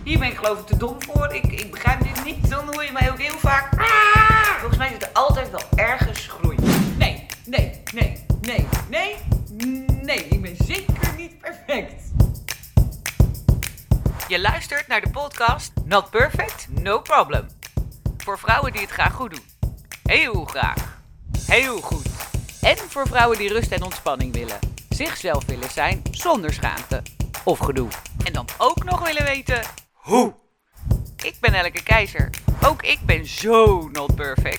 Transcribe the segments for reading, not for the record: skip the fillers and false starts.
Hier ben ik geloof ik te dom voor. Ik begrijp dit niet. Dan hoor je mij ook heel vaak. Volgens mij zit er altijd wel ergens groei. Nee. Ik ben zeker niet perfect. Je luistert naar de podcast Not Perfect, No Problem. Voor vrouwen die het graag goed doen. Heel graag. Heel goed. En voor vrouwen die rust en ontspanning willen. Zichzelf willen zijn zonder schaamte of gedoe. En dan ook nog willen weten hoe. Ik ben Elke Keizer. Ook ik ben zo not perfect.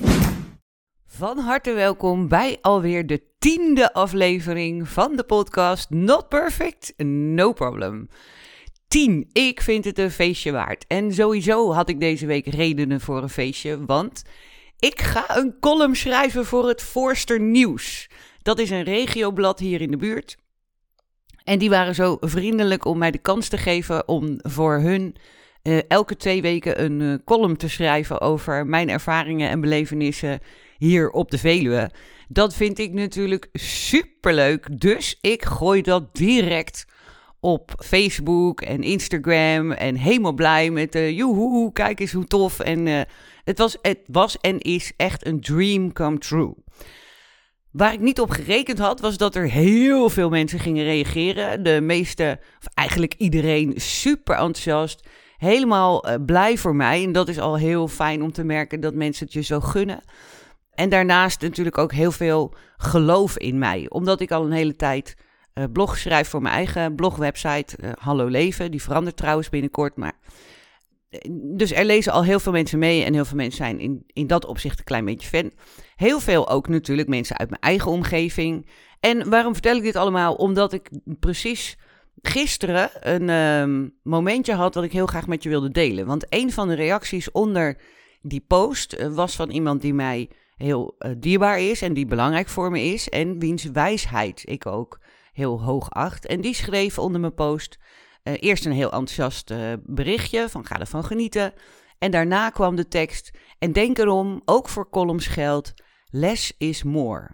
Van harte welkom bij alweer de 10e aflevering van de podcast Not Perfect, No Problem. 10, ik vind het een feestje waard. En sowieso had ik deze week redenen voor een feestje, want ik ga een column schrijven voor het Voorster Nieuws. Dat is een regioblad hier in de buurt. En die waren zo vriendelijk om mij de kans te geven om voor hun elke 2 weken een column te schrijven over mijn ervaringen en belevenissen hier op de Veluwe. Dat vind ik natuurlijk superleuk, dus ik gooi dat direct op Facebook en Instagram en helemaal blij met joehoe, kijk eens hoe tof. En het was en is echt een dream come true. Waar ik niet op gerekend had, was dat er heel veel mensen gingen reageren. De meeste, of eigenlijk iedereen, super enthousiast. Helemaal blij voor mij. En dat is al heel fijn om te merken dat mensen het je zo gunnen. En daarnaast natuurlijk ook heel veel geloof in mij. Omdat ik al een hele tijd blog schrijf voor mijn eigen blogwebsite. Hallo Leven, die verandert trouwens binnenkort. Maar dus er lezen al heel veel mensen mee en heel veel mensen zijn in dat opzicht een klein beetje fan. Heel veel ook natuurlijk mensen uit mijn eigen omgeving. En waarom vertel ik dit allemaal? Omdat ik precies gisteren een momentje had dat ik heel graag met je wilde delen. Want een van de reacties onder die post was van iemand die mij heel dierbaar is en die belangrijk voor me is. En wiens wijsheid ik ook heel hoog acht. En die schreef onder mijn post eerst een heel enthousiast berichtje van ga ervan genieten. En daarna kwam de tekst en denk erom, ook voor columns geldt, less is more.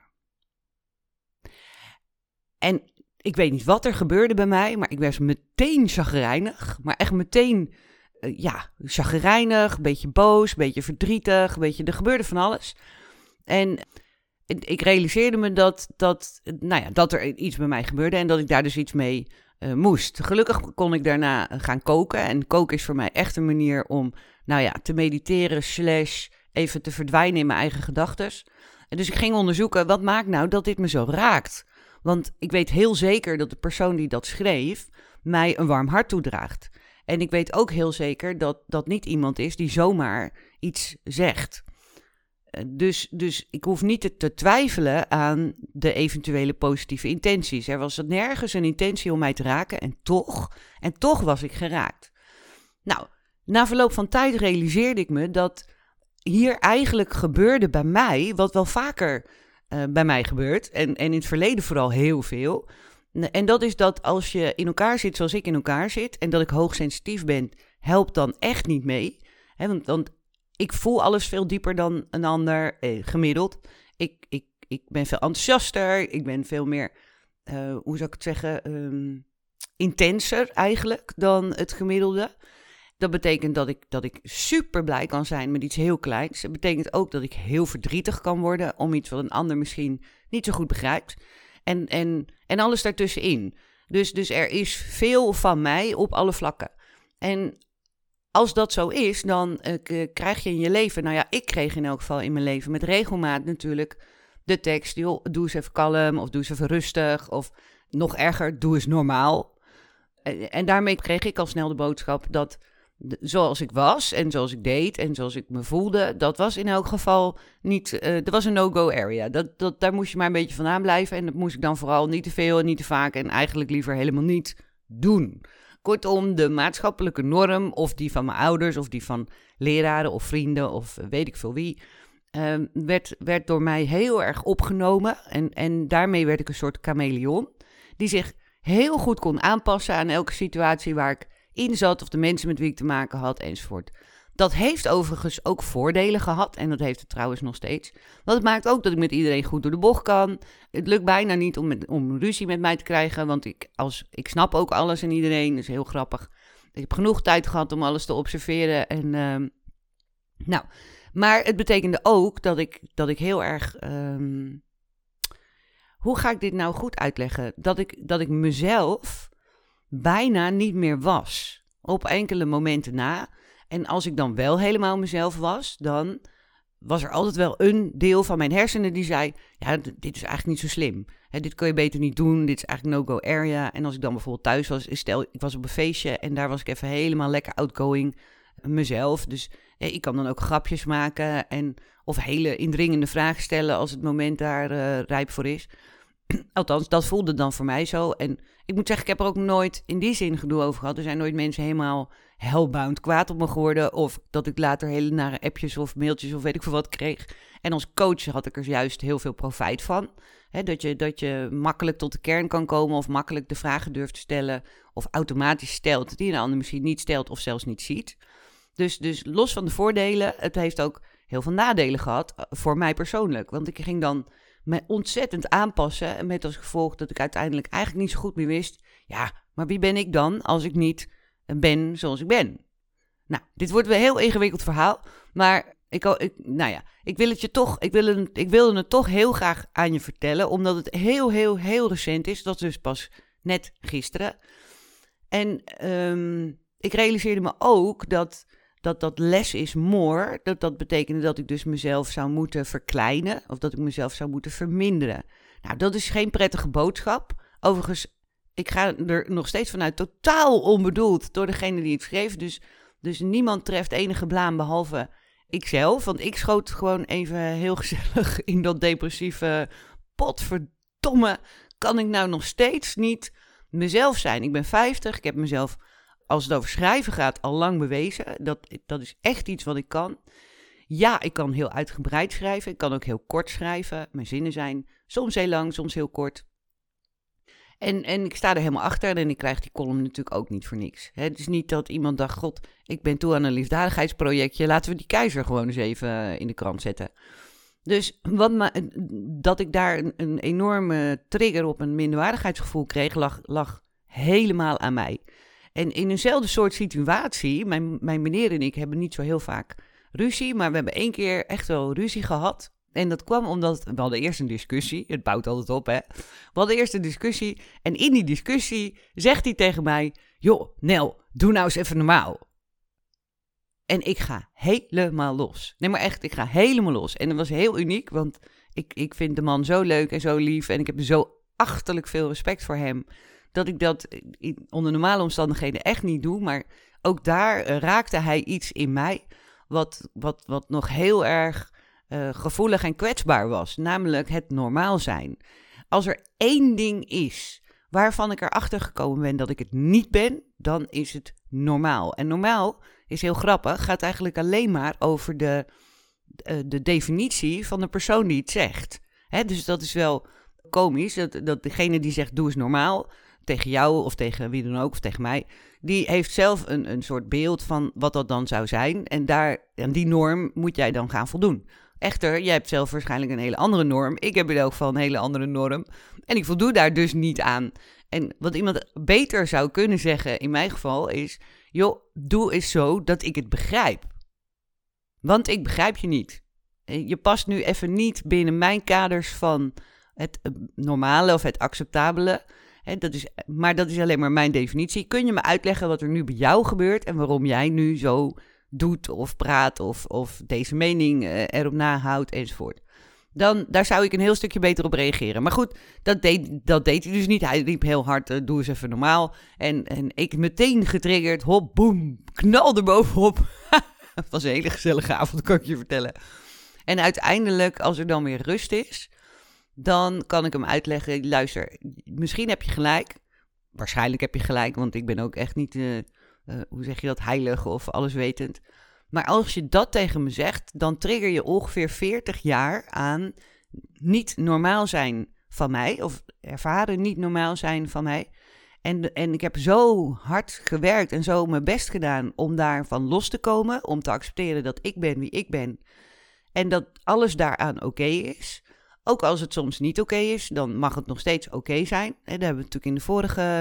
En ik weet niet wat er gebeurde bij mij, maar ik werd meteen chagrijnig. Maar echt meteen, chagrijnig, een beetje boos, een beetje verdrietig, er gebeurde van alles. En ik realiseerde me dat er iets bij mij gebeurde en dat ik daar dus iets mee moest. Gelukkig kon ik daarna gaan koken. En koken is voor mij echt een manier om te mediteren / even te verdwijnen in mijn eigen gedachtes. En dus ik ging onderzoeken, wat maakt nou dat dit me zo raakt? Want ik weet heel zeker dat de persoon die dat schreef mij een warm hart toedraagt. En ik weet ook heel zeker dat dat niet iemand is die zomaar iets zegt. Dus ik hoef niet te twijfelen aan de eventuele positieve intenties. Er was nergens een intentie om mij te raken en toch was ik geraakt. Nou, na verloop van tijd realiseerde ik me dat hier eigenlijk gebeurde bij mij, wat wel vaker bij mij gebeurt, en in het verleden vooral heel veel. En dat is dat als je in elkaar zit zoals ik in elkaar zit, en dat ik hoogsensitief ben, helpt dan echt niet mee. Want ik voel alles veel dieper dan een ander, gemiddeld. Ik ben veel enthousiaster, ik ben veel meer, hoe zou ik het zeggen, intenser eigenlijk dan het gemiddelde. Dat betekent dat ik super blij kan zijn met iets heel kleins. Het betekent ook dat ik heel verdrietig kan worden om iets wat een ander misschien niet zo goed begrijpt. En alles daartussenin. Dus er is veel van mij op alle vlakken. En als dat zo is, dan krijg je in je leven, ik kreeg in elk geval in mijn leven met regelmaat natuurlijk de tekst, joh, doe eens even kalm of doe eens even rustig of nog erger, doe eens normaal. En daarmee kreeg ik al snel de boodschap dat zoals ik was en zoals ik deed en zoals ik me voelde, dat was in elk geval niet, dat was een no-go area. Daar moest je maar een beetje vandaan blijven en dat moest ik dan vooral niet te veel en niet te vaak en eigenlijk liever helemaal niet doen. Kortom, de maatschappelijke norm, of die van mijn ouders, of die van leraren of vrienden, of weet ik veel wie, werd door mij heel erg opgenomen. En daarmee werd ik een soort chameleon, die zich heel goed kon aanpassen aan elke situatie waar ik in zat, of de mensen met wie ik te maken had, enzovoort. Dat heeft overigens ook voordelen gehad, en dat heeft het trouwens nog steeds. Want het maakt ook dat ik met iedereen goed door de bocht kan. Het lukt bijna niet om ruzie met mij te krijgen, want ik snap ook alles en iedereen, dat is heel grappig. Ik heb genoeg tijd gehad om alles te observeren. Maar het betekende ook dat ik heel erg... hoe ga ik dit nou goed uitleggen? Dat ik mezelf bijna niet meer was. Op enkele momenten na. En als ik dan wel helemaal mezelf was, dan was er altijd wel een deel van mijn hersenen die zei... ja, dit is eigenlijk niet zo slim. Dit kun je beter niet doen, dit is eigenlijk no-go area. En als ik dan bijvoorbeeld thuis was, stel ik was op een feestje... en daar was ik even helemaal lekker outgoing mezelf. Dus ik kan dan ook grapjes maken of hele indringende vragen stellen... als het moment daar rijp voor is. Althans, dat voelde dan voor mij zo. En ik moet zeggen, ik heb er ook nooit in die zin gedoe over gehad. Er zijn nooit mensen helemaal hellbound kwaad op me geworden. Of dat ik later hele nare appjes of mailtjes of weet ik veel wat kreeg. En als coach had ik er juist heel veel profijt van. Dat je makkelijk tot de kern kan komen of makkelijk de vragen durft te stellen. Of automatisch stelt die een ander misschien niet stelt of zelfs niet ziet. Dus los van de voordelen, het heeft ook heel veel nadelen gehad voor mij persoonlijk. Want ik ging dan me ontzettend aanpassen. En met als gevolg dat ik uiteindelijk eigenlijk niet zo goed meer wist... ja, maar wie ben ik dan als ik niet ben zoals ik ben? Nou, dit wordt wel een heel ingewikkeld verhaal. Maar ik wilde het toch heel graag aan je vertellen. Omdat het heel recent is. Dat is dus pas net gisteren. En ik realiseerde me ook dat less is more, dat betekende dat ik dus mezelf zou moeten verkleinen of dat ik mezelf zou moeten verminderen. Nou, dat is geen prettige boodschap. Overigens, ik ga er nog steeds vanuit totaal onbedoeld door degene die het schreef. Dus niemand treft enige blaam behalve ikzelf. Want ik schoot gewoon even heel gezellig in dat depressieve potverdomme. Kan ik nou nog steeds niet mezelf zijn? Ik ben 50, ik heb mezelf... als het over schrijven gaat, al lang bewezen. Dat is echt iets wat ik kan. Ja, ik kan heel uitgebreid schrijven. Ik kan ook heel kort schrijven. Mijn zinnen zijn soms heel lang, soms heel kort. En ik sta er helemaal achter en ik krijg die column natuurlijk ook niet voor niks. Het is niet dat iemand dacht, god, ik ben toe aan een liefdadigheidsprojectje. Laten we die keizer gewoon eens even in de krant zetten. Dus dat ik daar een enorme trigger op een minderwaardigheidsgevoel kreeg, lag helemaal aan mij. En in eenzelfde soort situatie, mijn meneer en ik hebben niet zo heel vaak ruzie, maar we hebben 1 keer echt wel ruzie gehad. En dat kwam omdat, we hadden eerst een discussie, het bouwt altijd op hè. We hadden eerst een discussie en in die discussie zegt hij tegen mij, joh Nel, doe nou eens even normaal. En ik ga helemaal los. Nee, maar echt, ik ga helemaal los. En dat was heel uniek, want ik vind de man zo leuk en zo lief en ik heb zo achterlijk veel respect voor hem. Dat ik dat onder normale omstandigheden echt niet doe. Maar ook daar raakte hij iets in mij wat nog heel erg gevoelig en kwetsbaar was. Namelijk het normaal zijn. Als er 1 ding is waarvan ik erachter gekomen ben dat ik het niet ben, dan is het normaal. En normaal is heel grappig, gaat eigenlijk alleen maar over de definitie van de persoon die het zegt. Dus dat is wel komisch, dat degene die zegt doe eens normaal... tegen jou of tegen wie dan ook of tegen mij, die heeft zelf een soort beeld van wat dat dan zou zijn. En aan die norm moet jij dan gaan voldoen. Echter, jij hebt zelf waarschijnlijk een hele andere norm. Ik heb in elk geval een hele andere norm. En ik voldoe daar dus niet aan. En wat iemand beter zou kunnen zeggen in mijn geval is, joh, doe eens zo dat ik het begrijp. Want ik begrijp je niet. Je past nu even niet binnen mijn kaders van het normale of het acceptabele. Maar dat is alleen maar mijn definitie. Kun je me uitleggen wat er nu bij jou gebeurt en waarom jij nu zo doet of praat of deze mening erop nahoudt enzovoort? Daar zou ik een heel stukje beter op reageren. Maar goed, dat deed hij dus niet. Hij riep heel hard, doe eens even normaal. En ik meteen getriggerd, hop, boem, knal er bovenop. Het was een hele gezellige avond, kan ik je vertellen. En uiteindelijk, als er dan weer rust is, dan kan ik hem uitleggen, luister, misschien heb je gelijk. Waarschijnlijk heb je gelijk, want ik ben ook echt niet, hoe zeg je dat, heilig of alleswetend. Maar als je dat tegen me zegt, dan trigger je ongeveer 40 jaar aan niet normaal zijn van mij. Of ervaren niet normaal zijn van mij. En ik heb zo hard gewerkt en zo mijn best gedaan om daarvan los te komen. Om te accepteren dat ik ben wie ik ben. En dat alles daaraan oké is. Ook als het soms niet oké is, dan mag het nog steeds oké zijn. Daar hebben we het natuurlijk in de vorige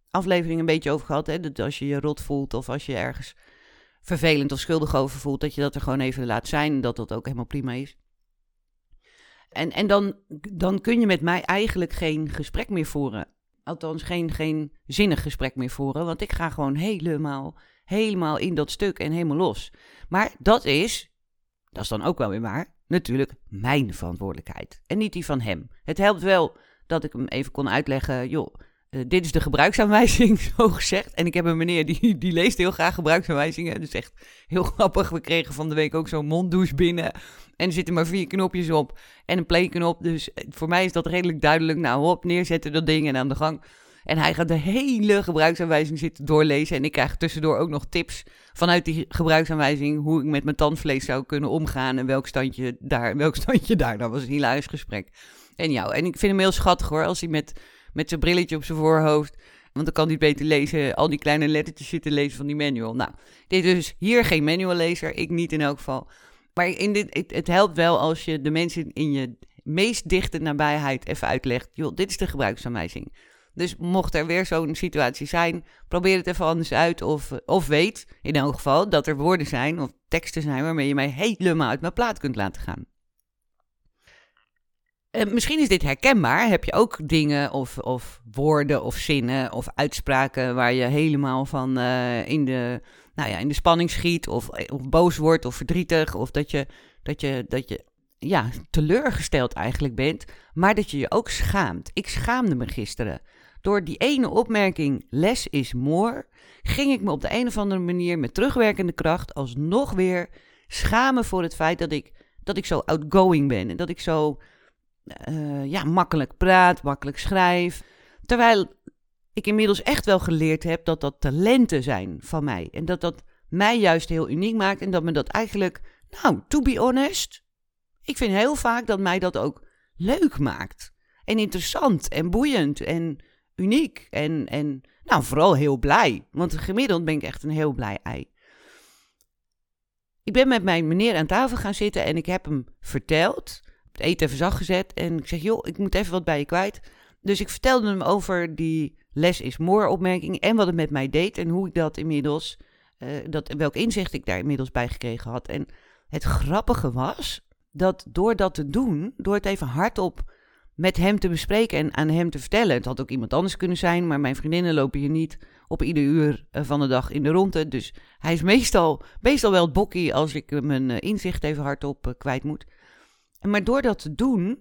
aflevering een beetje over gehad. Hè? Dat als je je rot voelt of als je ergens vervelend of schuldig over voelt, dat je dat er gewoon even laat zijn. Dat dat ook helemaal prima is. En dan kun je met mij eigenlijk geen gesprek meer voeren. Althans, geen zinnig gesprek meer voeren. Want ik ga gewoon helemaal in dat stuk en helemaal los. Maar dat is dan ook wel weer waar, natuurlijk mijn verantwoordelijkheid. En niet die van hem. Het helpt wel dat ik hem even kon uitleggen, joh, dit is de gebruiksaanwijzing, zo gezegd. En ik heb een meneer die leest heel graag gebruiksaanwijzingen. Dat is echt heel grappig. We kregen van de week ook zo'n monddouche binnen. En er zitten maar 4 knopjes op en een playknop. Dus voor mij is dat redelijk duidelijk. Nou, hop, neerzetten dat ding en aan de gang. En hij gaat de hele gebruiksaanwijzing zitten doorlezen. En ik krijg tussendoor ook nog tips vanuit die gebruiksaanwijzing hoe ik met mijn tandvlees zou kunnen omgaan en welk standje daar. Dat was een hilarisch gesprek. En ik vind hem heel schattig hoor, als hij met zijn brilletje op zijn voorhoofd, want dan kan hij beter lezen, al die kleine lettertjes zitten lezen van die manual. Nou, dit is dus hier geen manuallezer, ik niet in elk geval. Maar het helpt wel als je de mensen in je meest dichte nabijheid even uitlegt, joh, dit is de gebruiksaanwijzing. Dus mocht er weer zo'n situatie zijn, probeer het even anders uit. Of weet, in elk geval, dat er woorden zijn of teksten zijn waarmee je mij helemaal uit mijn plaat kunt laten gaan. Misschien is dit herkenbaar. Heb je ook dingen of woorden of zinnen of uitspraken waar je helemaal van in de spanning schiet of boos wordt of verdrietig of dat je teleurgesteld eigenlijk bent, maar dat je je ook schaamt. Ik schaamde me gisteren. Door die ene opmerking, less is more, ging ik me op de een of andere manier met terugwerkende kracht alsnog weer schamen voor het feit dat ik zo outgoing ben. En dat ik zo makkelijk praat, makkelijk schrijf. Terwijl ik inmiddels echt wel geleerd heb dat dat talenten zijn van mij. En dat dat mij juist heel uniek maakt. En dat me dat eigenlijk, to be honest, ik vind heel vaak dat mij dat ook leuk maakt. En interessant en boeiend en uniek en vooral heel blij. Want gemiddeld ben ik echt een heel blij ei. Ik ben met mijn meneer aan tafel gaan zitten en ik heb hem verteld, het eten even zacht gezet en ik zeg, joh, ik moet even wat bij je kwijt. Dus ik vertelde hem over die less is more opmerking en wat het met mij deed en hoe ik dat inmiddels, welk inzicht ik daar inmiddels bij gekregen had. En het grappige was dat door dat te doen, door het even hardop met hem te bespreken en aan hem te vertellen. Het had ook iemand anders kunnen zijn, maar mijn vriendinnen lopen hier niet op ieder uur van de dag in de ronde. Dus hij is meestal wel het bokkie als ik mijn inzicht even hardop kwijt moet. Maar door dat te doen,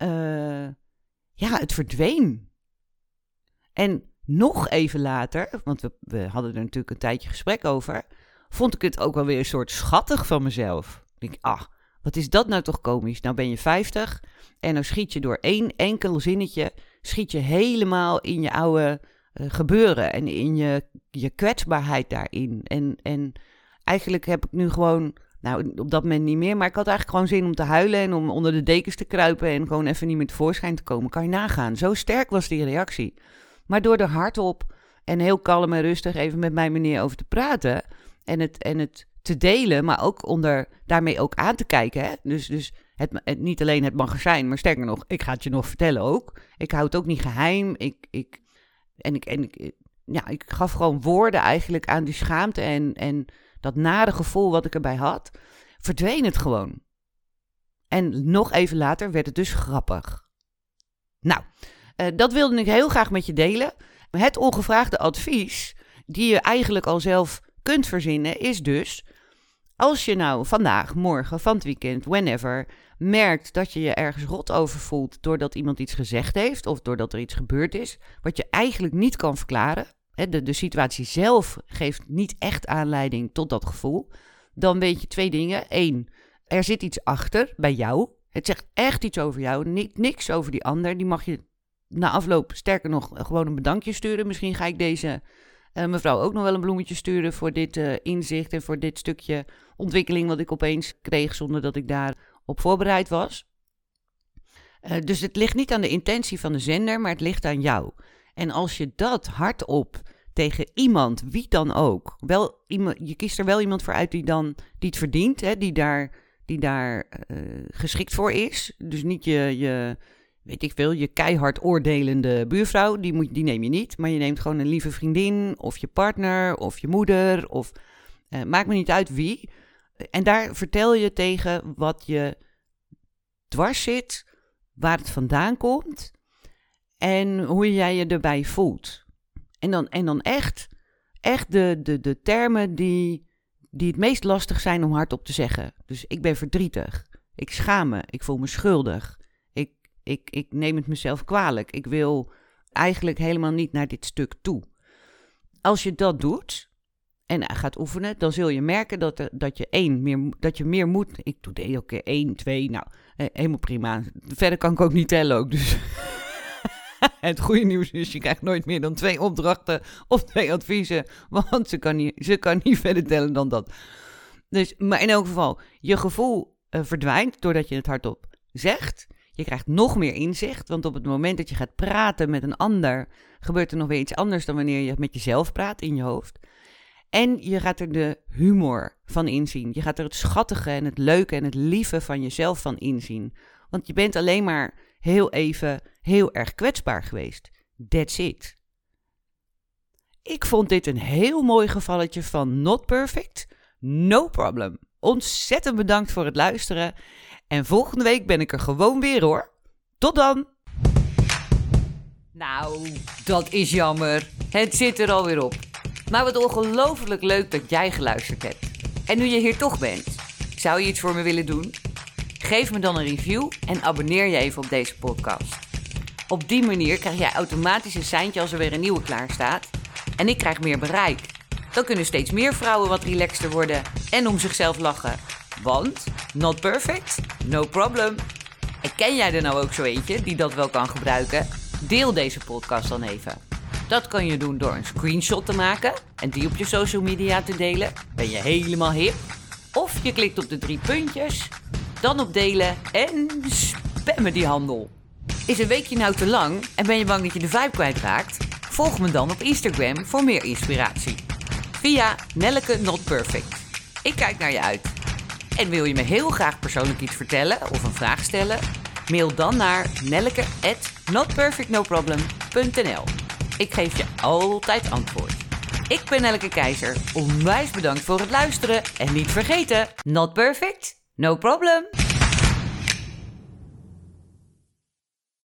het verdween. En nog even later, want we hadden er natuurlijk een tijdje gesprek over, vond ik het ook wel weer een soort schattig van mezelf. Ik denk, wat is dat nou toch komisch? Nou ben je 50 en dan schiet je door 1 enkel zinnetje, schiet je helemaal in je oude gebeuren en in je kwetsbaarheid daarin. En eigenlijk heb ik nu gewoon, op dat moment niet meer, maar ik had eigenlijk gewoon zin om te huilen en om onder de dekens te kruipen en gewoon even niet meer tevoorschijn te komen. Kan je nagaan. Zo sterk was die reactie. Maar door er hardop en heel kalm en rustig even met mijn meneer over te praten en het te delen, maar ook daarmee ook aan te kijken. Hè? Dus het niet alleen het magazijn, maar sterker nog, ik ga het je nog vertellen ook. Ik hou het ook niet geheim. Ik gaf gewoon woorden eigenlijk aan die schaamte en dat nare gevoel wat ik erbij had, verdween het gewoon. En nog even later werd het dus grappig. Dat wilde ik heel graag met je delen. Het ongevraagde advies, die je eigenlijk al zelf kunt verzinnen, is dus, als je vandaag, morgen, van het weekend, whenever, merkt dat je je ergens rot over voelt doordat iemand iets gezegd heeft of doordat er iets gebeurd is, wat je eigenlijk niet kan verklaren, de situatie zelf geeft niet echt aanleiding tot dat gevoel, dan weet je 2 dingen. 1, er zit iets achter bij jou. Het zegt echt iets over jou, niks over die ander. Die mag je na afloop, sterker nog, gewoon een bedankje sturen. Misschien ga ik deze mevrouw ook nog wel een bloemetje sturen voor dit inzicht en voor dit stukje ontwikkeling wat ik opeens kreeg zonder dat ik daarop voorbereid was. Dus het ligt niet aan de intentie van de zender, maar het ligt aan jou. En als je dat hardop tegen iemand, wie dan ook, je kiest er wel iemand voor uit die het verdient, hè, die daar geschikt voor is. Dus niet je weet ik veel, je keihard oordelende buurvrouw, die neem je niet. Maar je neemt gewoon een lieve vriendin of je partner of je moeder of maakt me niet uit wie. En daar vertel je tegen wat je dwars zit, waar het vandaan komt en hoe jij je erbij voelt. En dan echt de termen die het meest lastig zijn om hardop te zeggen. Dus ik ben verdrietig, ik schaam me, ik voel me schuldig, ik neem het mezelf kwalijk. Ik wil eigenlijk helemaal niet naar dit stuk toe. Als je dat doet en gaat oefenen, dan zul je merken dat je meer moet. Ik doe de elke keer 1, 2, nou, helemaal prima. Verder kan ik ook niet tellen ook, dus... Het goede nieuws is, je krijgt nooit meer dan 2 opdrachten of 2 adviezen, want ze kan niet verder tellen dan dat. Dus, maar in elk geval, je gevoel verdwijnt doordat je het hardop zegt. Je krijgt nog meer inzicht, want op het moment dat je gaat praten met een ander, gebeurt er nog weer iets anders dan wanneer je met jezelf praat in je hoofd. En je gaat er de humor van inzien. Je gaat er het schattige en het leuke en het lieve van jezelf van inzien. Want je bent alleen maar heel even heel erg kwetsbaar geweest. That's it. Ik vond dit een heel mooi gevalletje van Not Perfect, No Problem. Ontzettend bedankt voor het luisteren. En volgende week ben ik er gewoon weer hoor. Tot dan! Nou, dat is jammer. Het zit er alweer op. Maar wat ongelooflijk leuk dat jij geluisterd hebt. En nu je hier toch bent, zou je iets voor me willen doen? Geef me dan een review en abonneer je even op deze podcast. Op die manier krijg jij automatisch een seintje als er weer een nieuwe klaar staat. En ik krijg meer bereik. Dan kunnen steeds meer vrouwen wat relaxter worden en om zichzelf lachen. Want, not perfect, no problem. En ken jij er nou ook zo eentje die dat wel kan gebruiken? Deel deze podcast dan even. Dat kan je doen door een screenshot te maken en die op je social media te delen. Ben je helemaal hip? Of je klikt op de 3 puntjes, dan op delen en spammen die handel. Is een weekje nou te lang en ben je bang dat je de vibe kwijtraakt? Volg me dan op Instagram voor meer inspiratie. Via Nelleke Not Perfect. Ik kijk naar je uit. En wil je me heel graag persoonlijk iets vertellen of een vraag stellen? Mail dan naar nelleke@notperfectnoproblem.nl. Ik geef je altijd antwoord. Ik ben Nelleke Keizer. Onwijs bedankt voor het luisteren. En niet vergeten, not perfect, no problem.